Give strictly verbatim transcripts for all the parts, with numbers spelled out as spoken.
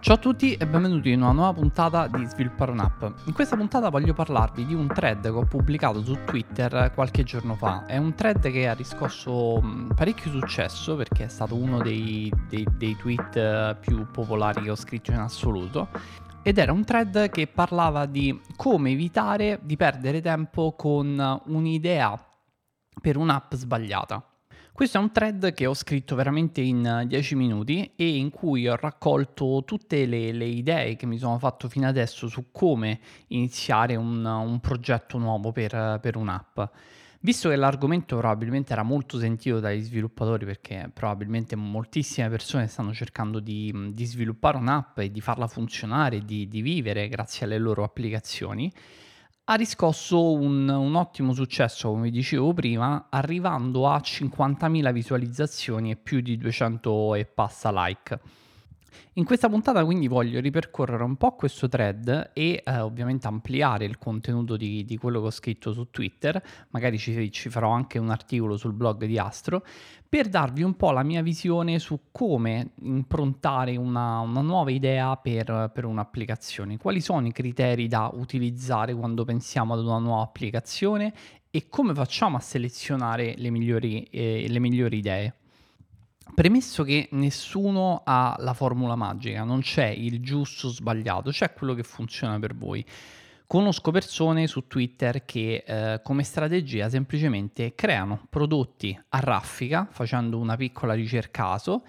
Ciao a tutti e benvenuti in una nuova puntata di Sviluppare un'app. In questa puntata voglio parlarvi di un thread che ho pubblicato su Twitter qualche giorno fa. È un thread che ha riscosso mh, parecchio successo perché è stato uno dei, dei- dei tweet eh, più popolari che ho scritto in assoluto. Ed era un thread che parlava di come evitare di perdere tempo con un'idea per un'app sbagliata. Questo è un thread che ho scritto veramente in dieci minuti e in cui ho raccolto tutte le, le idee che mi sono fatto fino adesso su come iniziare un, un progetto nuovo per, per un'app. Visto che l'argomento probabilmente era molto sentito dagli sviluppatori perché probabilmente moltissime persone stanno cercando di, di sviluppare un'app e di farla funzionare, di, di vivere grazie alle loro applicazioni, ha riscosso un un ottimo successo, come vi dicevo prima, arrivando a cinquantamila visualizzazioni e più di duecento e passa like. In questa puntata quindi voglio ripercorrere un po' questo thread e eh, ovviamente ampliare il contenuto di, di quello che ho scritto su Twitter, magari ci, ci farò anche un articolo sul blog di Astro, per darvi un po' la mia visione su come improntare una, una nuova idea per, per un'applicazione, quali sono i criteri da utilizzare quando pensiamo ad una nuova applicazione e come facciamo a selezionare le migliori, eh, le migliori idee. Premesso che nessuno ha la formula magica, non c'è il giusto o sbagliato, c'è quello che funziona per voi. Conosco persone su Twitter che eh, come strategia semplicemente creano prodotti a raffica facendo una piccola ricerca a caso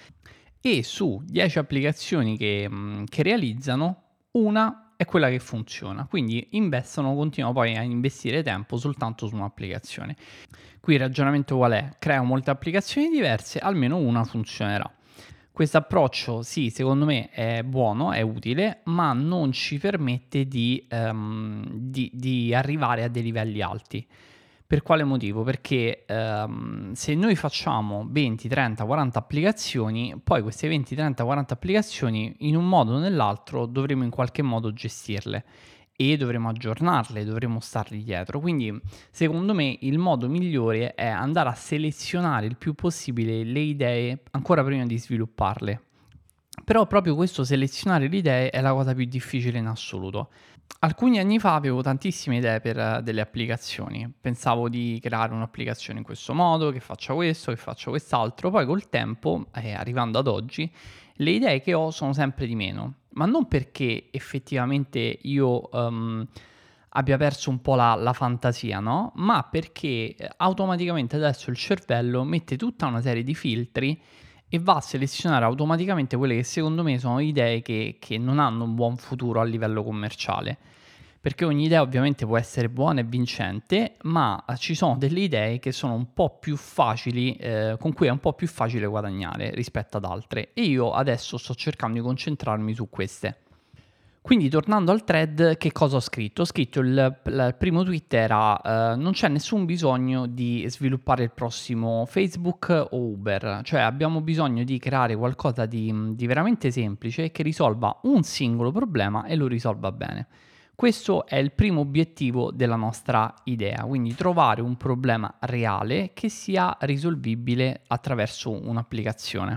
e su dieci applicazioni che, mh, che realizzano, una è quella che funziona. Quindi investono, continuano poi a investire tempo soltanto su un'applicazione. Qui il ragionamento qual è? Creo molte applicazioni diverse, almeno una funzionerà. Questo approccio, sì, secondo me è buono, è utile, ma non ci permette di, ehm, di- di arrivare a dei livelli alti. Per quale motivo? Perché ehm, se noi facciamo venti, trenta, quaranta applicazioni, poi queste venti, trenta, quaranta applicazioni in un modo o nell'altro dovremo in qualche modo gestirle e dovremo aggiornarle, dovremo stargli dietro. Quindi secondo me il modo migliore è andare a selezionare il più possibile le idee ancora prima di svilupparle. Però proprio questo selezionare le idee è la cosa più difficile in assoluto. Alcuni anni fa avevo tantissime idee per eh, delle applicazioni. Pensavo di creare un'applicazione in questo modo, che faccia questo, che faccia quest'altro. Poi col tempo, eh, arrivando ad oggi, le idee che ho sono sempre di meno. Ma non perché effettivamente io ehm, abbia perso un po' la, la fantasia, no? Ma perché eh, automaticamente adesso il cervello mette tutta una serie di filtri e va a selezionare automaticamente quelle che secondo me sono idee che, che non hanno un buon futuro a livello commerciale. Perché ogni idea ovviamente può essere buona e vincente, ma eh, ci sono delle idee che sono un po' più facili, eh, con cui è un po' più facile guadagnare rispetto ad altre. E io adesso sto cercando di concentrarmi su queste. Quindi tornando al thread, che cosa ho scritto? Ho scritto il, il primo tweet era eh, non c'è nessun bisogno di sviluppare il prossimo Facebook o Uber, cioè abbiamo bisogno di creare qualcosa di, di veramente semplice che risolva un singolo problema e lo risolva bene. Questo è il primo obiettivo della nostra idea, quindi trovare un problema reale che sia risolvibile attraverso un'applicazione.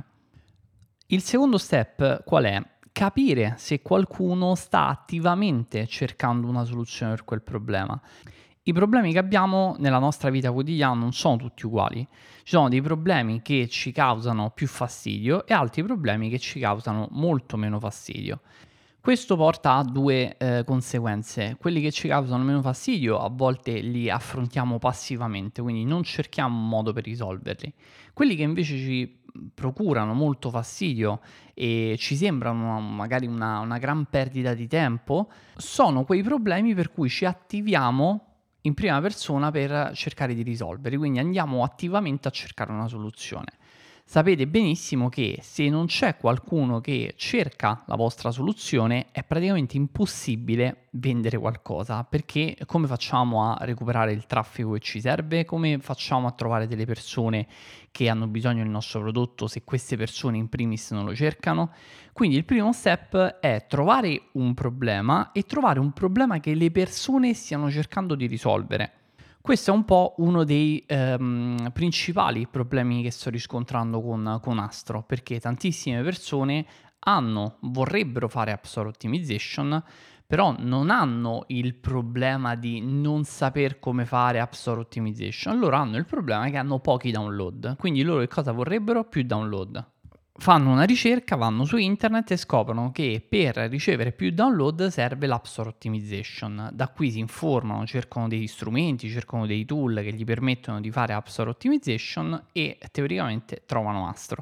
Il secondo step qual è? Capire se qualcuno sta attivamente cercando una soluzione per quel problema. I problemi che abbiamo nella nostra vita quotidiana non sono tutti uguali. Ci sono dei problemi che ci causano più fastidio e altri problemi che ci causano molto meno fastidio. Questo porta a due eh, conseguenze. Quelli che ci causano meno fastidio a volte li affrontiamo passivamente, quindi non cerchiamo un modo per risolverli. Quelli che invece ci procurano molto fastidio e ci sembrano magari una, una gran perdita di tempo, sono quei problemi per cui ci attiviamo in prima persona per cercare di risolverli, quindi andiamo attivamente a cercare una soluzione. Sapete benissimo che se non c'è qualcuno che cerca la vostra soluzione è praticamente impossibile vendere qualcosa, perché come facciamo a recuperare il traffico che ci serve? Come facciamo a trovare delle persone che hanno bisogno del nostro prodotto se queste persone in primis non lo cercano? Quindi il primo step è trovare un problema e trovare un problema che le persone stiano cercando di risolvere. Questo è un po' uno dei ehm, principali problemi che sto riscontrando con, con Astro, perché tantissime persone hanno, vorrebbero fare App Store Optimization, però non hanno il problema di non saper come fare App Store Optimization, loro hanno il problema che hanno pochi download, quindi loro che cosa vorrebbero? Più download. Fanno una ricerca, vanno su internet e scoprono che per ricevere più download serve l'App Store Optimization. Da qui si informano, cercano degli strumenti, cercano dei tool che gli permettono di fare App Store Optimization e teoricamente trovano Astro.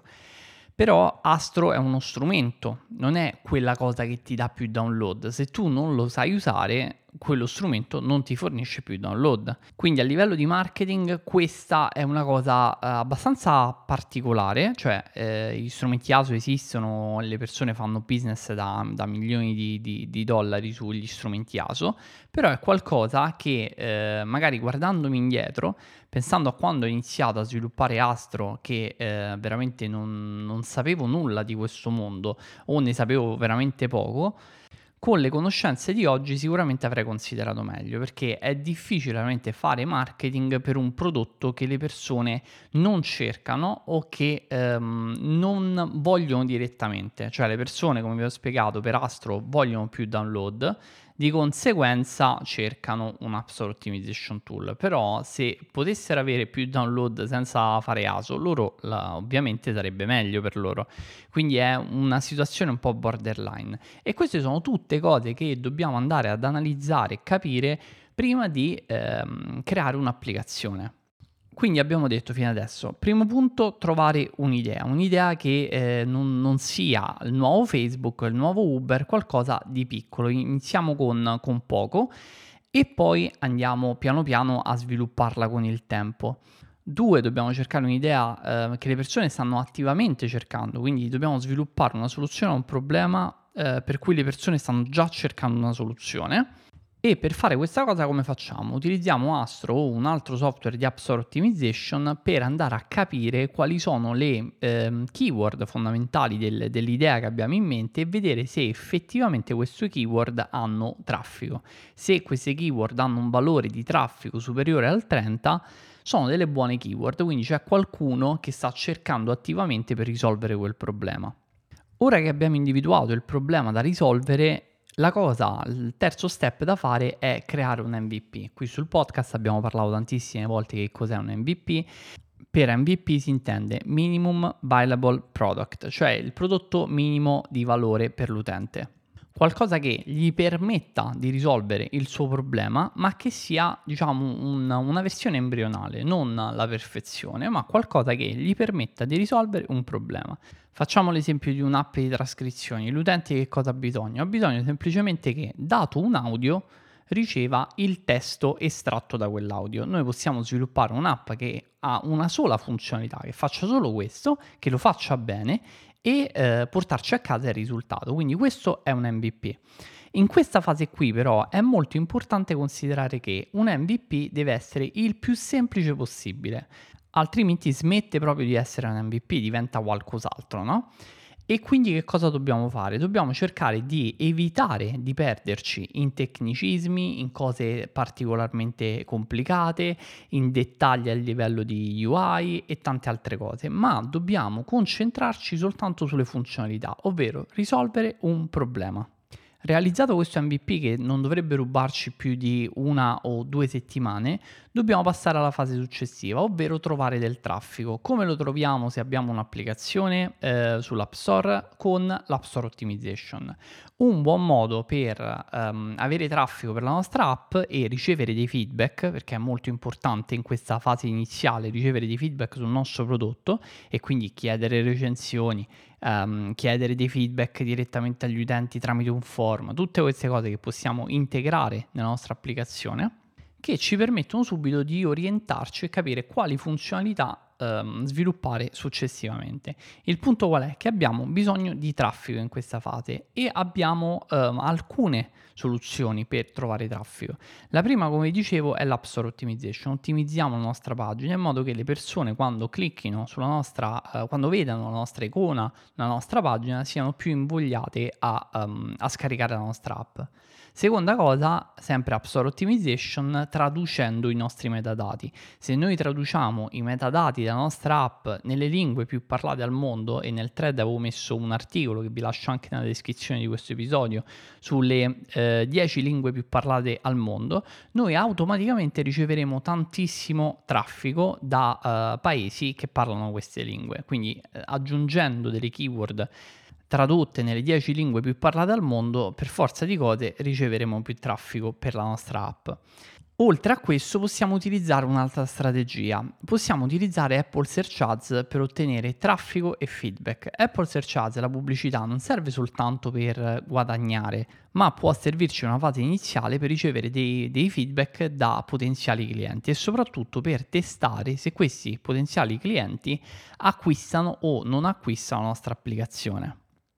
Però Astro è uno strumento, non è quella cosa che ti dà più download. Se tu non lo sai usare, quello strumento non ti fornisce più download. Quindi a livello di marketing questa è una cosa eh, abbastanza particolare, cioè eh, gli strumenti A S O esistono, le persone fanno business da, da milioni di, di, di dollari sugli strumenti A S O, però è qualcosa che eh, magari guardandomi indietro, pensando a quando ho iniziato a sviluppare Astro, che eh, veramente non, non sapevo nulla di questo mondo o ne sapevo veramente poco, con le conoscenze di oggi sicuramente avrei considerato meglio, perché è difficile veramente fare marketing per un prodotto che le persone non cercano o che ehm, non vogliono direttamente. Cioè le persone, come vi ho spiegato, per Astro vogliono più download, di conseguenza cercano un App Store Optimization Tool. Però se potessero avere più download senza fare A S O, loro la, ovviamente sarebbe meglio per loro. Quindi è una situazione un po' borderline. E queste sono tutte cose che dobbiamo andare ad analizzare e capire prima di ehm, creare un'applicazione. Quindi abbiamo detto fino adesso, primo punto, trovare un'idea, un'idea che eh, non, non sia il nuovo Facebook, il nuovo Uber, qualcosa di piccolo. Iniziamo con, con poco e poi andiamo piano piano a svilupparla con il tempo. Due, dobbiamo cercare un'idea eh, che le persone stanno attivamente cercando, quindi dobbiamo sviluppare una soluzione a un problema eh, per cui le persone stanno già cercando una soluzione. E per fare questa cosa come facciamo? Utilizziamo Astro o un altro software di App Store Optimization per andare a capire quali sono le ehm, keyword fondamentali del, dell'idea che abbiamo in mente e vedere se effettivamente queste keyword hanno traffico. Se queste keyword hanno un valore di traffico superiore al trenta, sono delle buone keyword, quindi c'è qualcuno che sta cercando attivamente per risolvere quel problema. Ora che abbiamo individuato il problema da risolvere, la cosa, il terzo step da fare è creare un M V P. Qui sul podcast abbiamo parlato tantissime volte che cos'è un M V P. Per M V P si intende Minimum Viable Product, cioè il prodotto minimo di valore per l'utente. Qualcosa che gli permetta di risolvere il suo problema, ma che sia, diciamo, un, una versione embrionale, non la perfezione, ma qualcosa che gli permetta di risolvere un problema. Facciamo l'esempio di un'app di trascrizioni. L'utente che cosa ha bisogno? Ha bisogno semplicemente che, dato un audio, riceva il testo estratto da quell'audio. Noi possiamo sviluppare un'app che ha una sola funzionalità, che faccia solo questo, che lo faccia bene e eh, portarci a casa il risultato. Quindi questo è un M V P. In questa fase qui però è molto importante considerare che un M V P deve essere il più semplice possibile, altrimenti smette proprio di essere un M V P, diventa qualcos'altro, no? E quindi che cosa dobbiamo fare? Dobbiamo cercare di evitare di perderci in tecnicismi, in cose particolarmente complicate, in dettagli a livello di U I e tante altre cose, ma dobbiamo concentrarci soltanto sulle funzionalità, ovvero risolvere un problema. Realizzato questo M V P, che non dovrebbe rubarci più di una o due settimane, dobbiamo passare alla fase successiva, ovvero trovare del traffico. Come lo troviamo se abbiamo un'applicazione eh, sull'App Store? Con l'App Store Optimization. Un buon modo per um, avere traffico per la nostra app e ricevere dei feedback, perché è molto importante in questa fase iniziale ricevere dei feedback sul nostro prodotto e quindi chiedere recensioni, um, chiedere dei feedback direttamente agli utenti tramite un form, tutte queste cose che possiamo integrare nella nostra applicazione, che ci permettono subito di orientarci e capire quali funzionalità ehm, sviluppare successivamente. Il punto qual è? Che abbiamo bisogno di traffico in questa fase e abbiamo ehm, alcune soluzioni per trovare traffico. La prima, come dicevo, è l'App Store Optimization. Ottimizziamo la nostra pagina in modo che le persone, quando clicchino sulla nostra, eh, quando vedano la nostra icona, la nostra pagina, siano più invogliate a, um, a scaricare la nostra app. Seconda cosa, sempre App Store Optimization, traducendo i nostri metadati. Se noi traduciamo i metadati della nostra app nelle lingue più parlate al mondo, e nel thread avevo messo un articolo che vi lascio anche nella descrizione di questo episodio sulle eh, dieci lingue più parlate al mondo, noi automaticamente riceveremo tantissimo traffico da eh, paesi che parlano queste lingue. Quindi eh, aggiungendo delle keyword tradotte nelle dieci lingue più parlate al mondo, per forza di cose riceveremo più traffico per la nostra app. Oltre a questo possiamo utilizzare un'altra strategia. Possiamo utilizzare Apple Search Ads per ottenere traffico e feedback. Apple Search Ads, la pubblicità, non serve soltanto per guadagnare, ma può servirci una fase iniziale per ricevere dei, dei feedback da potenziali clienti e soprattutto per testare se questi potenziali clienti acquistano o non acquistano la nostra applicazione.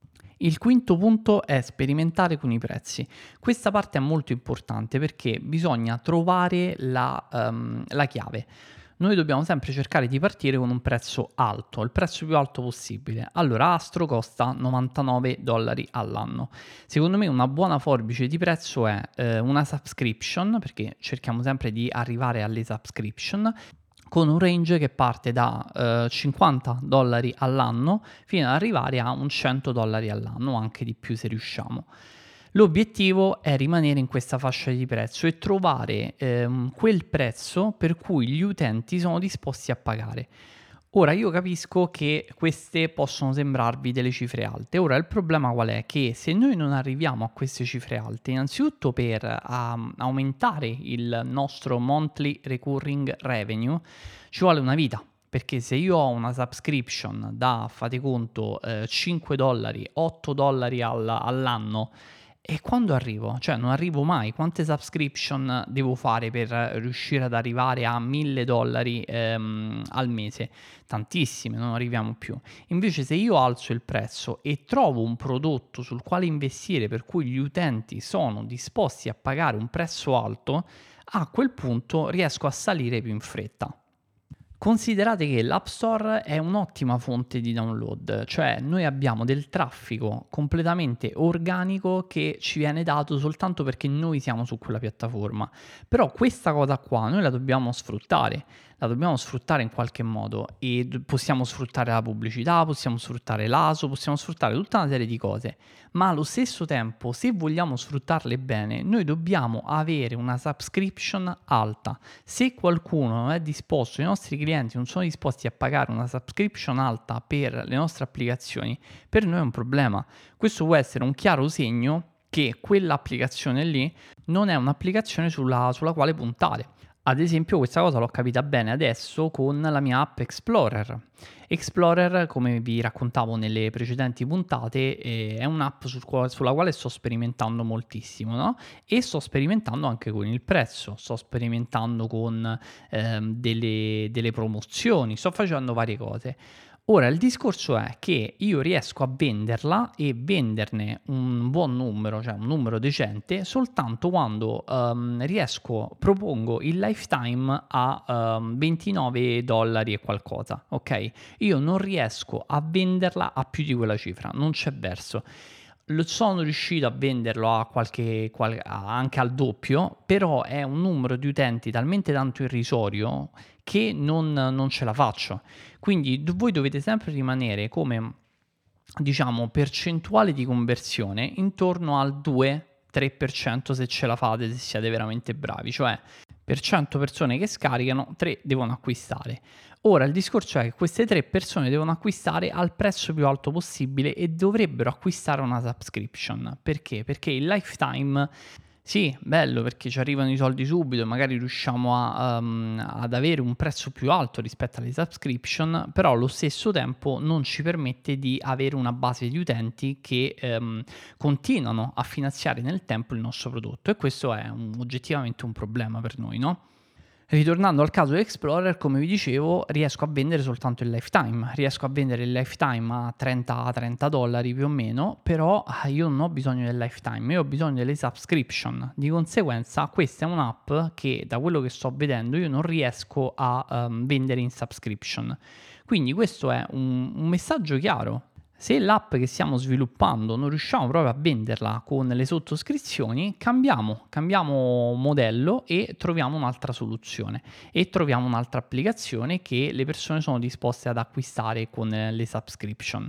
Il quinto punto è sperimentare con i prezzi. Questa parte è molto importante perché bisogna trovare la, um, la chiave. Noi dobbiamo sempre cercare di partire con un prezzo alto, il prezzo più alto possibile. Allora, Astro costa novantanove dollari all'anno. Secondo me una buona forbice di prezzo è eh, una subscription, perché cerchiamo sempre di arrivare alle subscription, con un range che parte da eh, cinquanta dollari all'anno fino ad arrivare a un cento dollari all'anno, o anche di più se riusciamo. L'obiettivo è rimanere in questa fascia di prezzo e trovare ehm, quel prezzo per cui gli utenti sono disposti a pagare. Ora io capisco che queste possono sembrarvi delle cifre alte. Ora il problema qual è? Che se noi non arriviamo a queste cifre alte, innanzitutto per um, aumentare il nostro monthly recurring revenue ci vuole una vita. Perché se io ho una subscription da, fate conto, eh, cinque dollari, otto dollari all- all'anno, e quando arrivo? Cioè non arrivo mai. Quante subscription devo fare per riuscire ad arrivare a mille dollari ehm, al mese? Tantissime, non arriviamo più. Invece se io alzo il prezzo e trovo un prodotto sul quale investire per cui gli utenti sono disposti a pagare un prezzo alto, a quel punto riesco a salire più in fretta. Considerate che l'App Store è un'ottima fonte di download, cioè noi abbiamo del traffico completamente organico che ci viene dato soltanto perché noi siamo su quella piattaforma. Però questa cosa qua noi la dobbiamo sfruttare, la dobbiamo sfruttare in qualche modo e d- possiamo sfruttare la pubblicità, possiamo sfruttare l'A S O, possiamo sfruttare tutta una serie di cose, ma allo stesso tempo se vogliamo sfruttarle bene noi dobbiamo avere una subscription alta. Se qualcuno non è disposto, i nostri clienti non sono disposti a pagare una subscription alta per le nostre applicazioni, per noi è un problema. Questo può essere un chiaro segno che quell'applicazione lì non è un'applicazione sulla, sulla quale puntare. Ad esempio questa cosa l'ho capita bene adesso con la mia app Explorer. Explorer, come vi raccontavo nelle precedenti puntate, eh, è un'app sul quale, sulla quale sto sperimentando moltissimo, no? E sto sperimentando anche con il prezzo, sto sperimentando con ehm, delle, delle promozioni, sto facendo varie cose. Ora, il discorso è che io riesco a venderla e venderne un buon numero, cioè un numero decente, soltanto quando um, riesco, propongo il lifetime a um, ventinove dollari e qualcosa, ok? Io non riesco a venderla a più di quella cifra, non c'è verso. Lo sono riuscito a venderlo a qualche, qual- anche al doppio, però è un numero di utenti talmente tanto irrisorio che non, non ce la faccio. Quindi do- voi dovete sempre rimanere come, diciamo, percentuale di conversione intorno al due tre per cento se ce la fate, se siete veramente bravi, cioè per cento persone che scaricano, tre devono acquistare. Ora il discorso è che queste tre persone devono acquistare al prezzo più alto possibile e dovrebbero acquistare una subscription. Perché? Perché il lifetime, sì, bello perché ci arrivano i soldi subito e magari riusciamo a, um, ad avere un prezzo più alto rispetto alle subscription, però allo stesso tempo non ci permette di avere una base di utenti che um, continuano a finanziare nel tempo il nostro prodotto, e questo è un, oggettivamente un problema per noi, no? Ritornando al caso Explorer, come vi dicevo, riesco a vendere soltanto il lifetime, riesco a vendere il lifetime a trenta dollari più o meno, però io non ho bisogno del lifetime, io ho bisogno delle subscription. Di conseguenza questa è un'app che, da quello che sto vedendo, io non riesco a um, vendere in subscription. Quindi questo è un, un messaggio chiaro. Se l'app che stiamo sviluppando non riusciamo proprio a venderla con le sottoscrizioni, cambiamo, cambiamo modello e troviamo un'altra soluzione e troviamo un'altra applicazione che le persone sono disposte ad acquistare con eh, le subscription.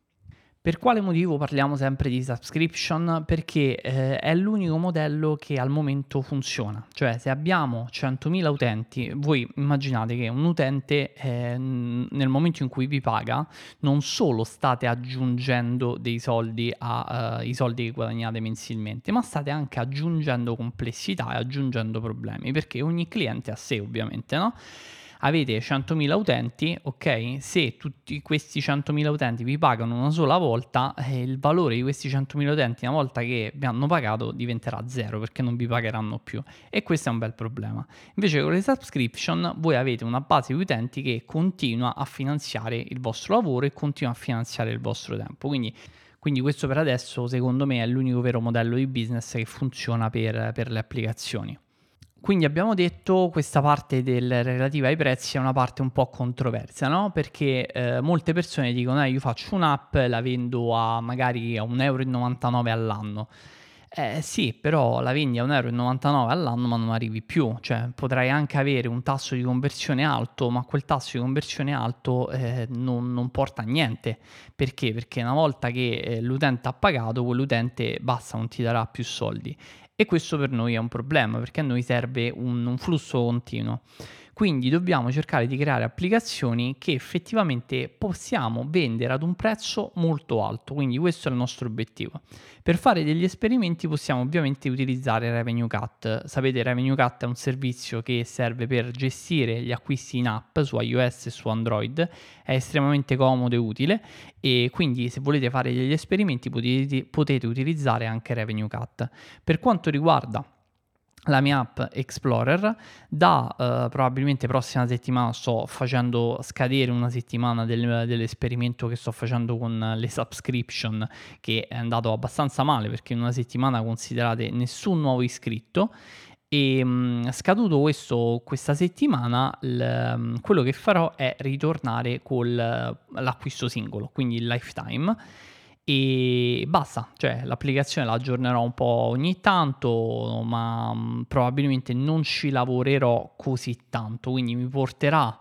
Per quale motivo parliamo sempre di subscription? Perché, ehm, è l'unico modello che al momento funziona. Cioè, se abbiamo centomila utenti, voi immaginate che un utente, ehm, nel momento in cui vi paga, non solo state aggiungendo dei soldi a uhm, i soldi che guadagnate mensilmente, ma state anche aggiungendo complessità e aggiungendo problemi, perché ogni cliente è a sé ovviamente, no, avete centomila utenti, okay, se tutti questi centomila utenti vi pagano una sola volta, eh, il valore di questi centomila utenti una volta che vi hanno pagato diventerà zero perché non vi pagheranno più e questo è un bel problema. Invece con le subscription voi avete una base di utenti che continua a finanziare il vostro lavoro e continua a finanziare il vostro tempo. Quindi quindi questo per adesso secondo me è l'unico vero modello di business che funziona per per le applicazioni. Quindi abbiamo detto questa parte del relativa ai prezzi è una parte un po' controversa, no, perché, ehm, molte persone dicono: "Eh, io faccio un'app, la vendo a magari a un euro e novantanove € all'anno". Eh sì, però la vendi a un euro e novantanove € all'anno, ma non arrivi più. Cioè, potrai anche avere un tasso di conversione alto, ma quel tasso di conversione alto, ehm, non non porta a niente. Perché? Perché una volta che, ehm, l'utente ha pagato, quell'utente basta, non ti darà più soldi. E questo per noi è un problema, perché a noi serve un un flusso continuo. Quindi dobbiamo cercare di creare applicazioni che effettivamente possiamo vendere ad un prezzo molto alto, quindi questo è il nostro obiettivo. Per fare degli esperimenti possiamo ovviamente utilizzare Revenue Cut. Sapete, Revenue Cut è un servizio che serve per gestire gli acquisti in app su iOS e su Android, è estremamente comodo e utile e quindi se volete fare degli esperimenti potete, potete utilizzare anche Revenue Cut. Per quanto riguarda la mia app Explorer, da uh, probabilmente prossima settimana sto facendo scadere una settimana del, dell'esperimento che sto facendo con le subscription, che è andato abbastanza male perché in una settimana considerate nessun nuovo iscritto. E mh, scaduto questo, questa settimana, l, quello che farò è ritornare con l'acquisto singolo, quindi il lifetime e basta, cioè l'applicazione la aggiornerò un po' ogni tanto, ma, mhmm, probabilmente non ci lavorerò così tanto, quindi mi porterà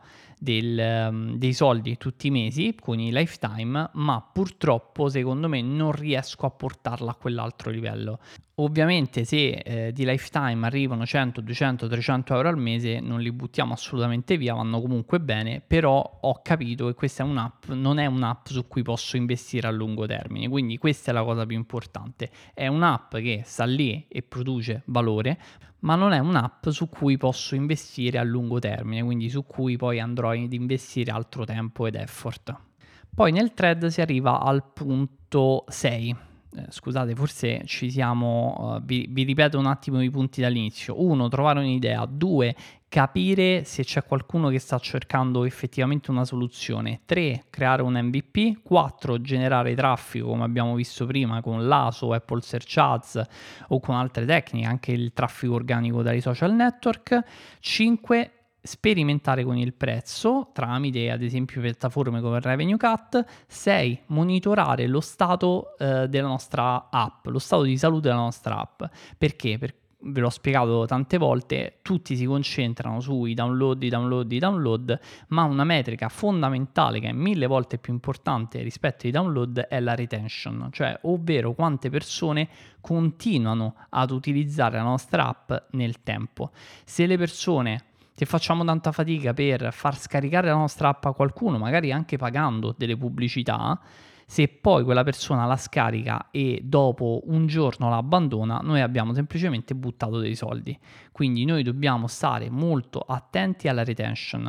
del mhmm, dei soldi tutti i mesi con i lifetime, ma purtroppo secondo me non riesco a portarla a quell'altro livello. Ovviamente se, ehm, di lifetime arrivano cento, duecento, trecento € al mese non li buttiamo assolutamente via, vanno comunque bene, però ho capito che questa è un'app non è un'app su cui posso investire a lungo termine, quindi questa è la cosa più importante. È un'app che sta lì e produce valore, ma non è un'app su cui posso investire a lungo termine, quindi su cui poi andrò ad investire altro tempo ed effort. Poi nel thread si arriva al punto sei. Eh, scusate, forse ci siamo, uh, vi, vi ripeto un attimo i punti dall'inizio. uno. Trovare un'idea. due. Capire se c'è qualcuno che sta cercando effettivamente una soluzione. tre. Creare un M V P. quattro. Generare traffico, come abbiamo visto prima, con l'A S O, Apple Search Ads o con altre tecniche, anche il traffico organico dai social network. cinque. Sperimentare con il prezzo tramite ad esempio piattaforme come Revenue Cut. sei. Monitorare lo stato eh, della nostra app, lo stato di salute della nostra app. Perché? Perché ve l'ho spiegato tante volte, tutti si concentrano sui download, i download, i download, ma una metrica fondamentale che è mille volte più importante rispetto ai download è la retention, cioè ovvero quante persone continuano ad utilizzare la nostra app nel tempo. Se le persone se facciamo tanta fatica per far scaricare la nostra app a qualcuno, magari anche pagando delle pubblicità, se poi quella persona la scarica e dopo un giorno la abbandona, noi abbiamo semplicemente buttato dei soldi. Quindi noi dobbiamo stare molto attenti alla retention.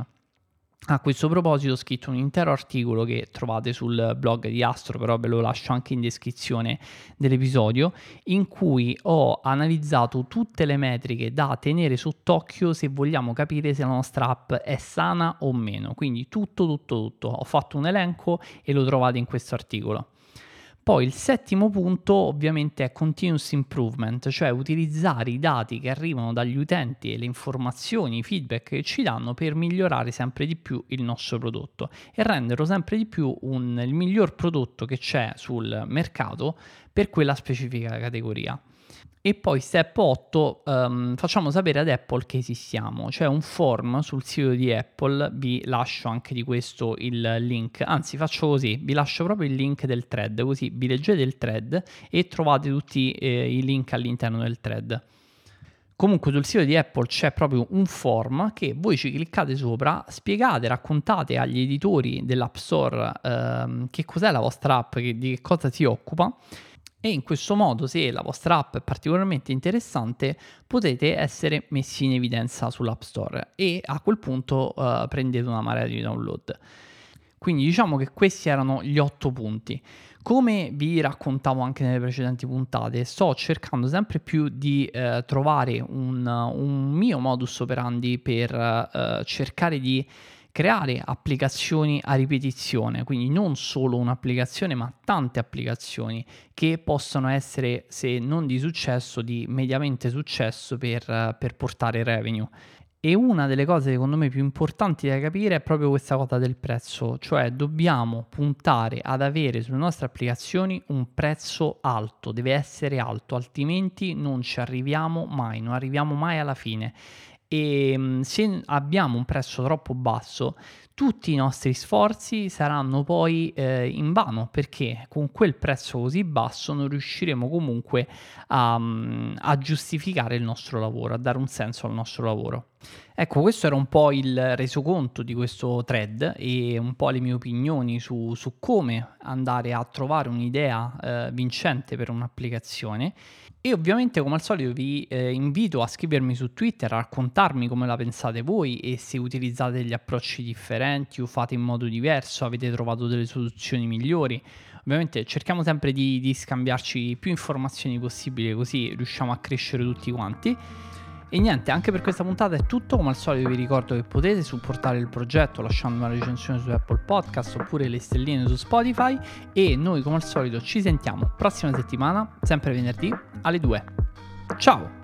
A questo proposito ho scritto un intero articolo che trovate sul blog di Astro, però ve lo lascio anche in descrizione dell'episodio, in cui ho analizzato tutte le metriche da tenere sott'occhio se vogliamo capire se la nostra app è sana o meno. Quindi tutto, tutto, tutto. Ho fatto un elenco e lo trovate in questo articolo. Poi il settimo punto ovviamente è continuous improvement, cioè utilizzare i dati che arrivano dagli utenti e le informazioni, i feedback che ci danno per migliorare sempre di più il nostro prodotto e renderlo sempre di più un, il miglior prodotto che c'è sul mercato per quella specifica categoria. E poi step otto, ehm, facciamo sapere ad Apple che esistiamo. C'è un form sul sito di Apple, vi lascio anche di questo il link, anzi faccio così, vi lascio proprio il link del thread, così vi leggete il thread e trovate tutti eh, i link all'interno del thread. Comunque sul sito di Apple c'è proprio un form che voi ci cliccate sopra, spiegate, raccontate agli editori dell'App Store ehm, che cos'è la vostra app, che, di che cosa si occupa, e in questo modo, se la vostra app è particolarmente interessante, potete essere messi in evidenza sull'App Store e a quel punto eh, prendete una marea di download. Quindi diciamo che questi erano gli otto punti. Come vi raccontavo anche nelle precedenti puntate, sto cercando sempre più di eh, trovare un, un mio modus operandi per eh, cercare di creare applicazioni a ripetizione, quindi non solo un'applicazione ma tante applicazioni che possono essere, se non di successo, di mediamente successo per, per portare revenue. E una delle cose secondo me più importanti da capire è proprio questa cosa del prezzo, cioè dobbiamo puntare ad avere sulle nostre applicazioni un prezzo alto, deve essere alto, altrimenti non ci arriviamo mai, non arriviamo mai alla fine. E se abbiamo un prezzo troppo basso, tutti i nostri sforzi saranno poi eh, invano, perché con quel prezzo così basso non riusciremo comunque a, a giustificare il nostro lavoro, a dare un senso al nostro lavoro. Ecco, questo era un po' il resoconto di questo thread e un po' le mie opinioni su, su come andare a trovare un'idea eh, vincente per un'applicazione. E ovviamente, come al solito, vi eh, invito a scrivermi su Twitter, a raccontarmi come la pensate voi e se utilizzate degli approcci differenti o fate in modo diverso, avete trovato delle soluzioni migliori. Ovviamente cerchiamo sempre di, di scambiarci più informazioni possibili, così riusciamo a crescere tutti quanti. E niente, anche per questa puntata è tutto. Come al solito vi ricordo che potete supportare il progetto lasciando una recensione su Apple Podcast oppure le stelline su Spotify, e noi come al solito ci sentiamo prossima settimana, sempre venerdì alle due. Ciao!